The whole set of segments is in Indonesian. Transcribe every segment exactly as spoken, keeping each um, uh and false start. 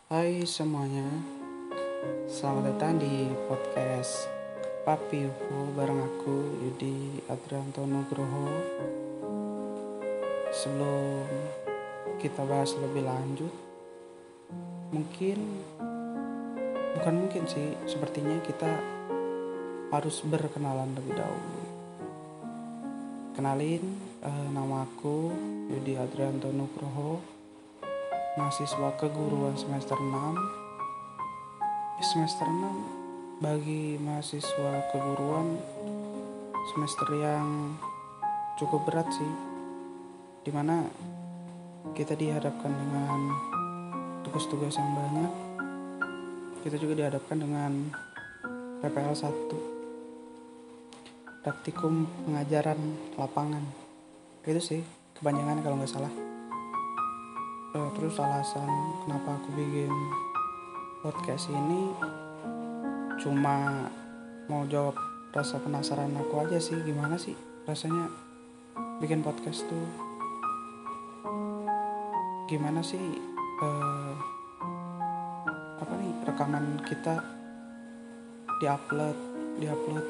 Hai semuanya, selamat datang di podcast Papi Ufo bareng aku Yudi Adrianto Nugroho. Sebelum kita bahas lebih lanjut, mungkin bukan mungkin sih, sepertinya kita harus berkenalan lebih dahulu. Kenalin, eh, nama aku Yudi Adrianto Nugroho, mahasiswa keguruan semester enam. Semester enam bagi mahasiswa keguruan semester yang cukup berat sih, dimana kita dihadapkan dengan tugas-tugas yang banyak. Kita juga dihadapkan dengan P P L satu, praktikum pengajaran lapangan. Itu sih kepanjangan kalau nggak salah. Uh, terus alasan kenapa aku bikin podcast ini cuma mau jawab rasa penasaran aku aja sih, gimana sih rasanya bikin podcast tuh, gimana sih uh, apa nih rekaman kita diupload diupload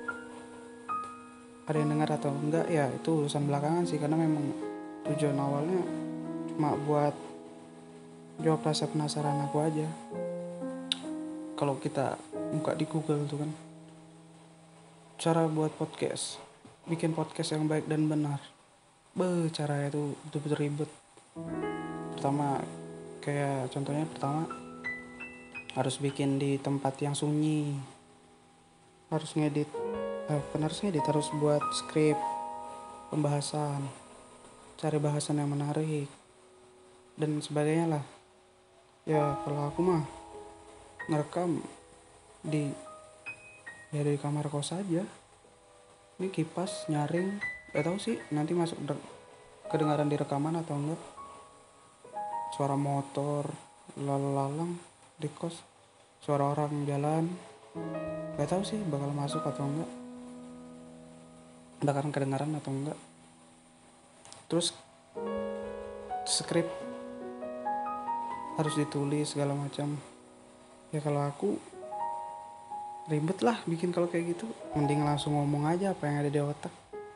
ada yang dengar atau enggak, ya itu urusan belakangan sih, karena memang tujuan awalnya cuma buat jawab rasa penasaran aku aja. Kalau kita buka di Google tuh kan, cara buat podcast, bikin podcast yang baik dan benar, be caranya tuh betul-betul ribet. Pertama, kayak contohnya pertama harus bikin di tempat yang sunyi, harus ngedit eh, benar harus ngedit, harus buat skrip pembahasan, cari bahasan yang menarik dan sebagainya lah. Ya kalau aku mah ngerekam di ya dari kamar kos aja, ini kipas nyaring, gak tahu sih nanti masuk de- kedengaran di rekaman atau enggak, suara motor lalu lalang di kos, suara orang jalan, gak tahu sih bakal masuk atau enggak, bakalan kedengaran atau enggak. Terus skrip harus ditulis segala macam. Ya kalau aku ribet lah bikin kalau kayak gitu, mending langsung ngomong aja apa yang ada di otak.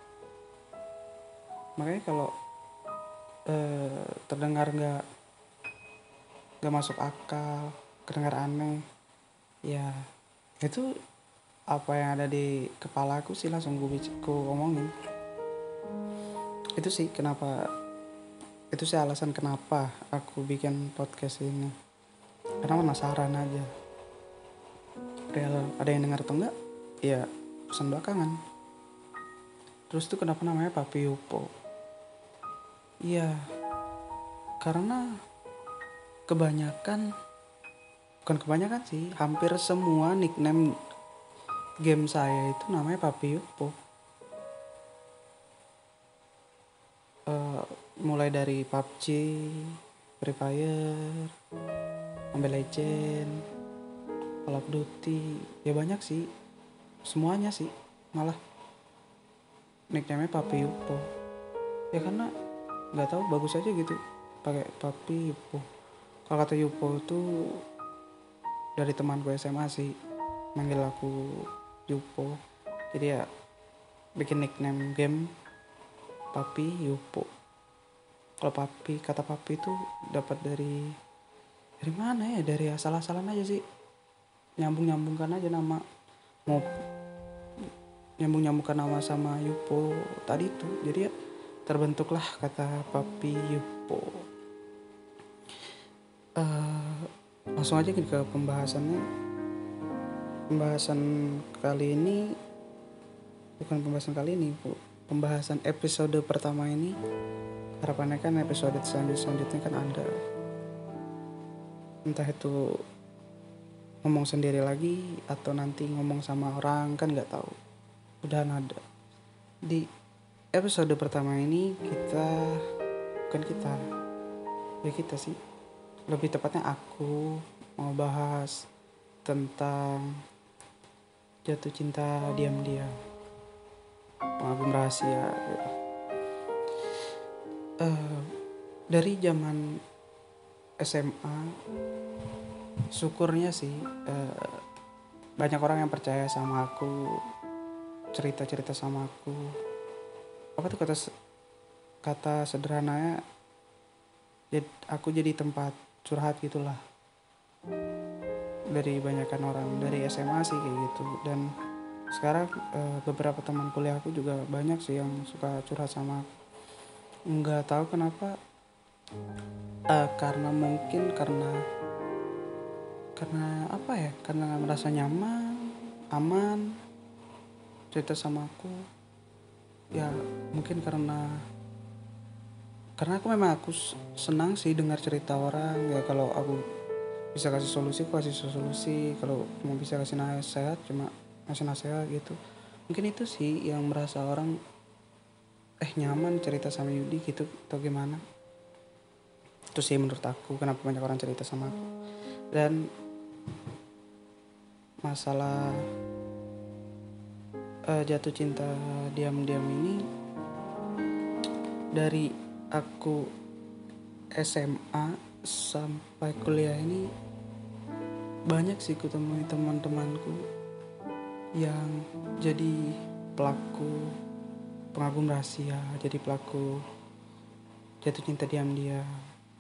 Makanya kalau eh, terdengar nggak nggak masuk akal, kedengar aneh, ya itu apa yang ada di kepala aku sih langsung gue ngomongin. Itu sih kenapa, itu sih alasan kenapa aku bikin podcast ini, karena penasaran aja. Real ada yang dengar atau enggak, ya pesan belakangan. Terus tuh kenapa namanya Papi Yupo? Iya, karena kebanyakan, bukan kebanyakan sih, hampir semua nickname game saya itu namanya Papi Yupo. Uh, mulai dari P U B G, Free Fire, Mobile Legend, Call of Duty, ya banyak sih, semuanya sih malah nickname-nya Papi Yupo. Ya karena nggak tahu, bagus aja gitu pakai Papi Yupo. Kalau kata Yupo itu dari temanku S M A sih, manggil aku Yupo, jadi ya bikin nickname game Papi Yupo. Kalau papi, kata papi itu dapat dari dari mana ya, dari asal-asalan aja sih, nyambung-nyambungkan aja nama, mau nyambung-nyambungkan nama sama Yupo tadi itu, jadi ya terbentuklah kata Papi Yupo. Uh, langsung aja ke pembahasannya. Pembahasan kali ini bukan pembahasan kali ini, Bu. Pembahasan episode pertama ini, harapannya kan episode selanjutnya kan ada, entah itu ngomong sendiri lagi atau nanti ngomong sama orang, kan nggak tahu. Udah ada di episode pertama ini, kita bukan kita ya kita sih, lebih tepatnya aku mau bahas tentang jatuh cinta diam-diam, pengagum rahasia gitu. Uh, dari zaman S M A, syukurnya sih eh, banyak orang yang percaya sama aku, cerita-cerita sama aku. Apa tuh kata kata sederhananya, aku jadi tempat curhat gitulah dari banyakan orang. Dari S M A sih kayak gitu. Dan sekarang eh, beberapa teman kuliahku juga banyak sih yang suka curhat sama aku. Nggak tahu kenapa, eh, karena mungkin karena karena apa ya, karena merasa nyaman, aman cerita sama aku. Ya mungkin karena karena aku memang aku senang sih dengar cerita orang. Ya kalau aku bisa kasih solusi, aku kasih solusi. Kalau mau bisa kasih nasihat, cuma kasih nasihat gitu. Mungkin itu sih yang merasa orang eh nyaman cerita sama Yudi gitu atau gimana. Itu sih menurut aku kenapa banyak orang cerita sama aku. Dan masalah uh, jatuh cinta diam-diam ini, dari aku S M A sampai kuliah ini banyak sih kutemui teman-temanku yang jadi pelaku pengagum rahasia, jadi pelaku jatuh cinta diam-diam.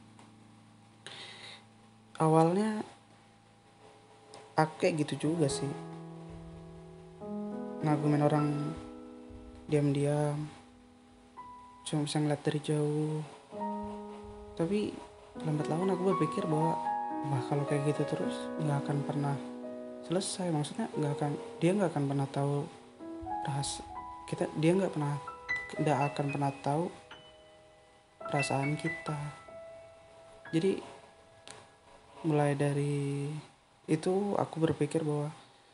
Awalnya aku kayak gitu juga sih, ngagumin orang diam-diam, cuma bisa ngeliat dari jauh. Tapi lambat laun aku berpikir bahwa wah kalau kayak gitu terus nggak akan pernah selesai. Maksudnya nggak akan, dia nggak akan pernah tahu rahasia kita, dia nggak pernah nggak akan pernah tahu perasaan kita. Jadi mulai dari itu aku berpikir bahwa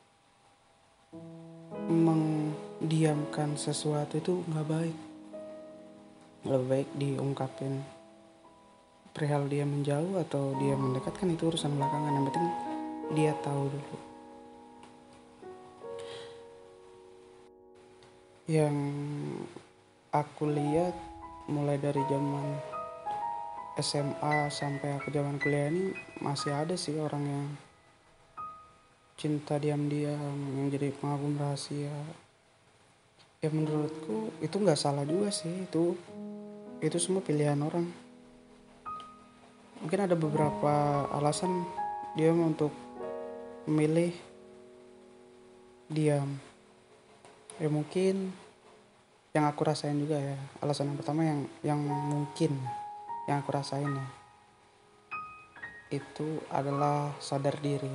mendiamkan sesuatu itu nggak baik. Lebih baik diungkapin. Perihal dia menjauh atau dia mendekat kan itu urusan belakangan. Yang penting dia tahu dulu. Yang aku lihat mulai dari zaman S M A sampai aku zaman kuliah ini masih ada sih orang yang cinta diam-diam, yang jadi pengagum rahasia. Ya menurutku itu nggak salah juga sih. Itu itu semua pilihan orang. Mungkin ada beberapa alasan dia untuk memilih diam. Ya mungkin yang aku rasain juga ya. Alasan yang pertama yang yang mungkin yang aku rasain ya, itu adalah sadar diri.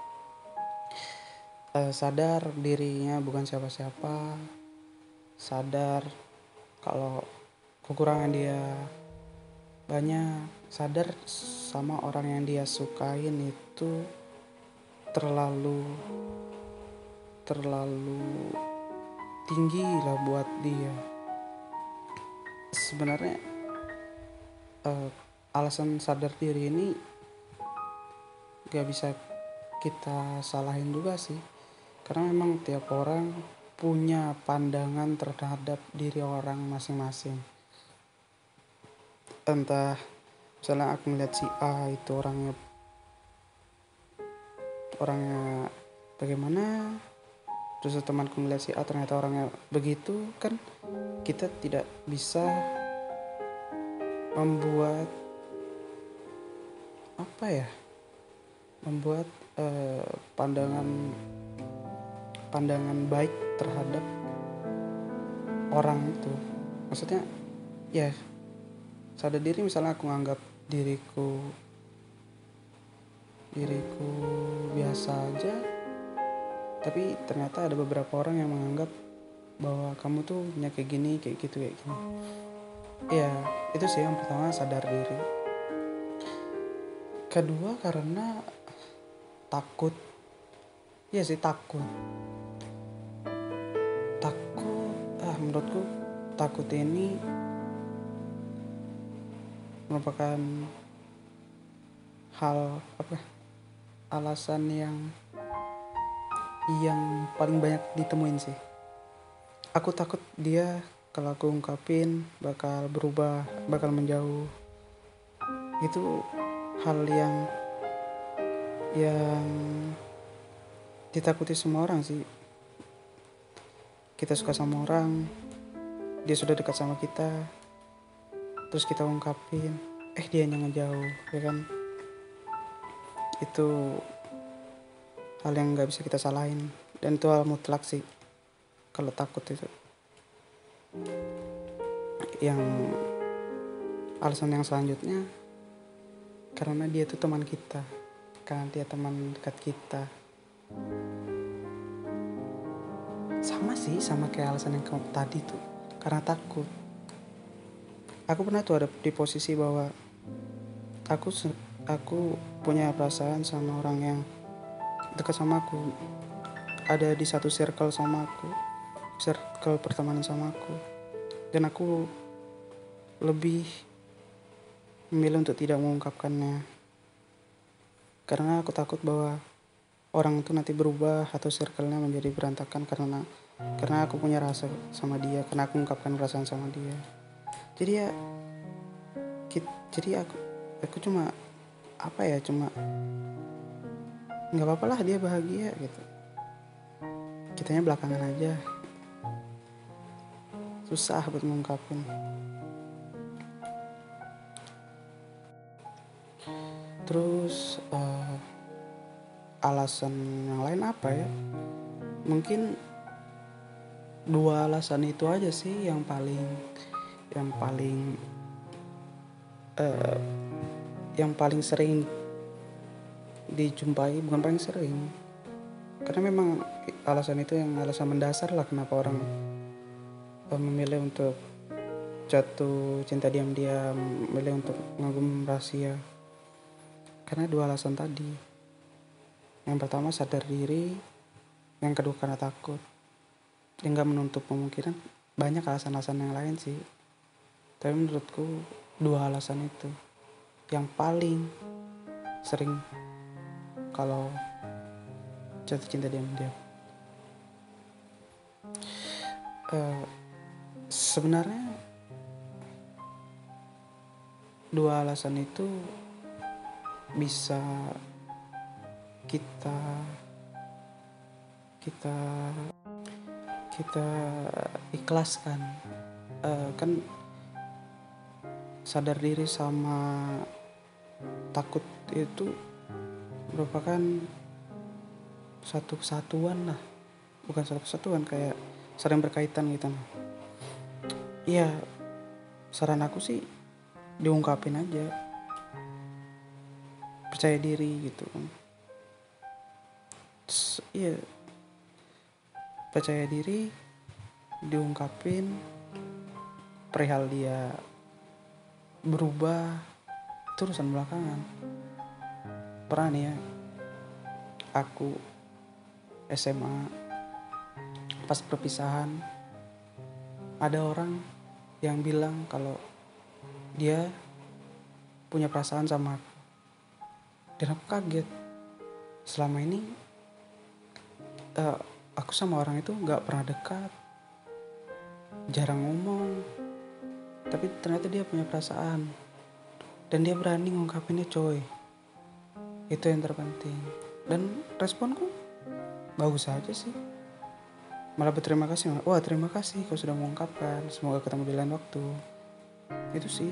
Eh, sadar dirinya bukan siapa-siapa. Sadar kalau kekurangan dia banyak. Sadar sama orang yang dia sukain itu terlalu terlalu tinggi lah buat dia. Sebenarnya uh, alasan sadar diri ini gak bisa kita salahin juga sih, karena memang tiap orang punya pandangan terhadap diri orang masing-masing. Entah misalnya aku ngeliat si A itu orangnya orangnya bagaimana, terus temanku ngeliat si A ternyata orangnya begitu, kan kita tidak bisa membuat apa ya membuat eh, pandangan pandangan baik terhadap orang itu. Maksudnya ya sadar diri, misalnya aku nganggap diriku diriku biasa aja, tapi ternyata ada beberapa orang yang menganggap bahwa kamu tuh punya kayak gini, kayak gitu, kayak gini. Ya itu sih yang pertama, sadar diri. Kedua karena takut. Ya sih takut. Takut, ah menurutku takut ini merupakan hal apa alasan yang yang paling banyak ditemuin sih. Aku takut dia kalau aku ungkapin bakal berubah, bakal menjauh. Itu hal yang yang ditakuti semua orang sih. Kita suka sama orang, dia sudah dekat sama kita, terus kita ungkapin, eh dia yang ngejauh, ya kan? Itu hal yang nggak bisa kita salahin, dan itu hal mutlak sih. Kalau takut itu, yang alasan yang selanjutnya, karena dia itu teman kita, karena dia teman dekat kita. Sama sih, sama kayak alasan yang kamu tadi tuh, karena takut. Aku pernah tuh ada di posisi bahwa aku aku punya perasaan sama orang yang dekat sama aku, ada di satu circle sama aku, circle pertemanan sama aku, dan aku lebih memilih untuk tidak mengungkapkannya, karena aku takut bahwa orang itu nanti berubah atau circle-nya menjadi berantakan karena karena aku punya rasa sama dia, karena aku mengungkapkan perasaan sama dia. Jadi ya kita, jadi aku aku cuma apa ya cuma nggak apa-apa lah dia bahagia gitu, kitanya belakangan aja, susah buat mengungkapin. Terus uh, alasan yang lain apa ya, mungkin dua alasan itu aja sih yang paling yang paling uh, yang paling sering dijumpai, bukan paling sering, karena memang alasan itu yang alasan mendasar lah kenapa orang uh, memilih untuk jatuh cinta diam-diam, memilih untuk mengagum rahasia. Karena dua alasan tadi. Yang pertama sadar diri, yang kedua karena takut. Yang gak menutup kemungkinan banyak alasan-alasan yang lain sih. Tapi menurutku dua alasan itu yang paling sering kalau jatuh cinta diam-diam. Uh, sebenarnya dua alasan itu bisa kita kita kita ikhlaskan. Uh, kan sadar diri sama takut itu merupakan satu kesatuan lah, bukan satu kesatuan, kayak sering berkaitan gitu. Iya, saran aku sih diungkapin aja, percaya diri gitu kan. Iya, percaya diri, diungkapin perihal dia berubah itu urusan belakangan. Pernah nih ya, aku S M A pas perpisahan ada orang yang bilang kalau dia punya perasaan sama aku, dan aku kaget. Selama ini uh, aku sama orang itu gak pernah dekat, jarang ngomong, tapi ternyata dia punya perasaan dan dia berani ngungkapinnya coy. Itu yang terpenting. Dan responku bagus aja sih, malah berterima kasih, malah, wah terima kasih kau sudah mengungkapkan, semoga ketemu di lain waktu. Itu sih.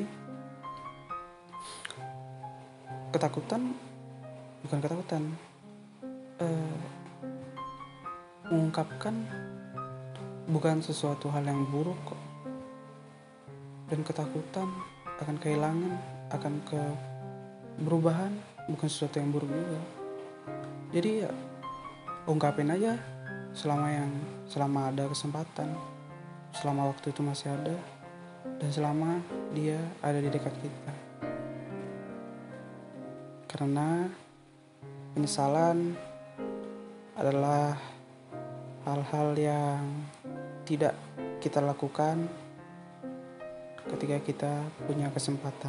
Ketakutan bukan ketakutan uh, mengungkapkan bukan sesuatu hal yang buruk kok. Dan ketakutan akan kehilangan, akan ke perubahan bukan sesuatu yang buruk juga. Jadi ya ungkapin aja selama yang selama ada kesempatan, selama waktu itu masih ada, dan selama dia ada di dekat kita. Karena penyesalan adalah hal-hal yang tidak kita lakukan ketika kita punya kesempatan.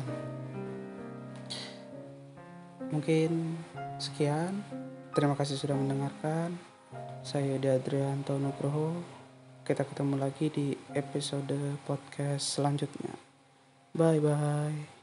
Mungkin sekian. Terima kasih sudah mendengarkan. Saya Yodi Adrianto Nugroho. Kita ketemu lagi di episode podcast selanjutnya. Bye bye.